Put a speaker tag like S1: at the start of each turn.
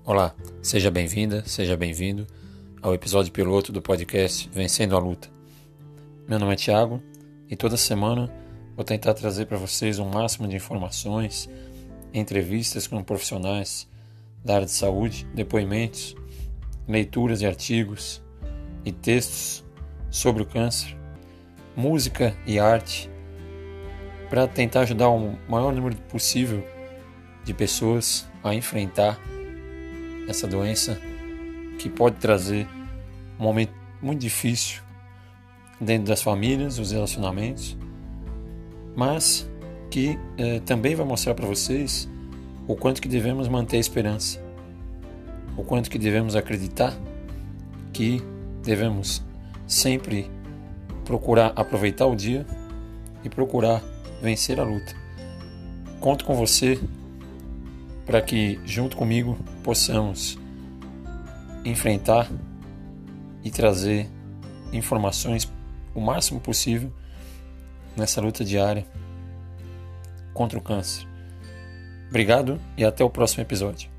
S1: Olá, seja bem-vinda, seja bem-vindo ao episódio piloto do podcast Vencendo a Luta. Meu nome é Thiago e toda semana vou tentar trazer para vocês um máximo de informações, entrevistas com profissionais da área de saúde, depoimentos, leituras de artigos e textos sobre o câncer, música e arte, para tentar ajudar o maior número possível de pessoas a enfrentar essa doença que pode trazer um momento muito difícil dentro das famílias, os relacionamentos, mas que também vai mostrar para vocês o quanto que devemos manter a esperança, o quanto que devemos acreditar, que devemos sempre procurar aproveitar o dia e procurar vencer a luta. Conto com você para que, junto comigo, possamos enfrentar e trazer informações o máximo possível nessa luta diária contra o câncer. Obrigado e até o próximo episódio.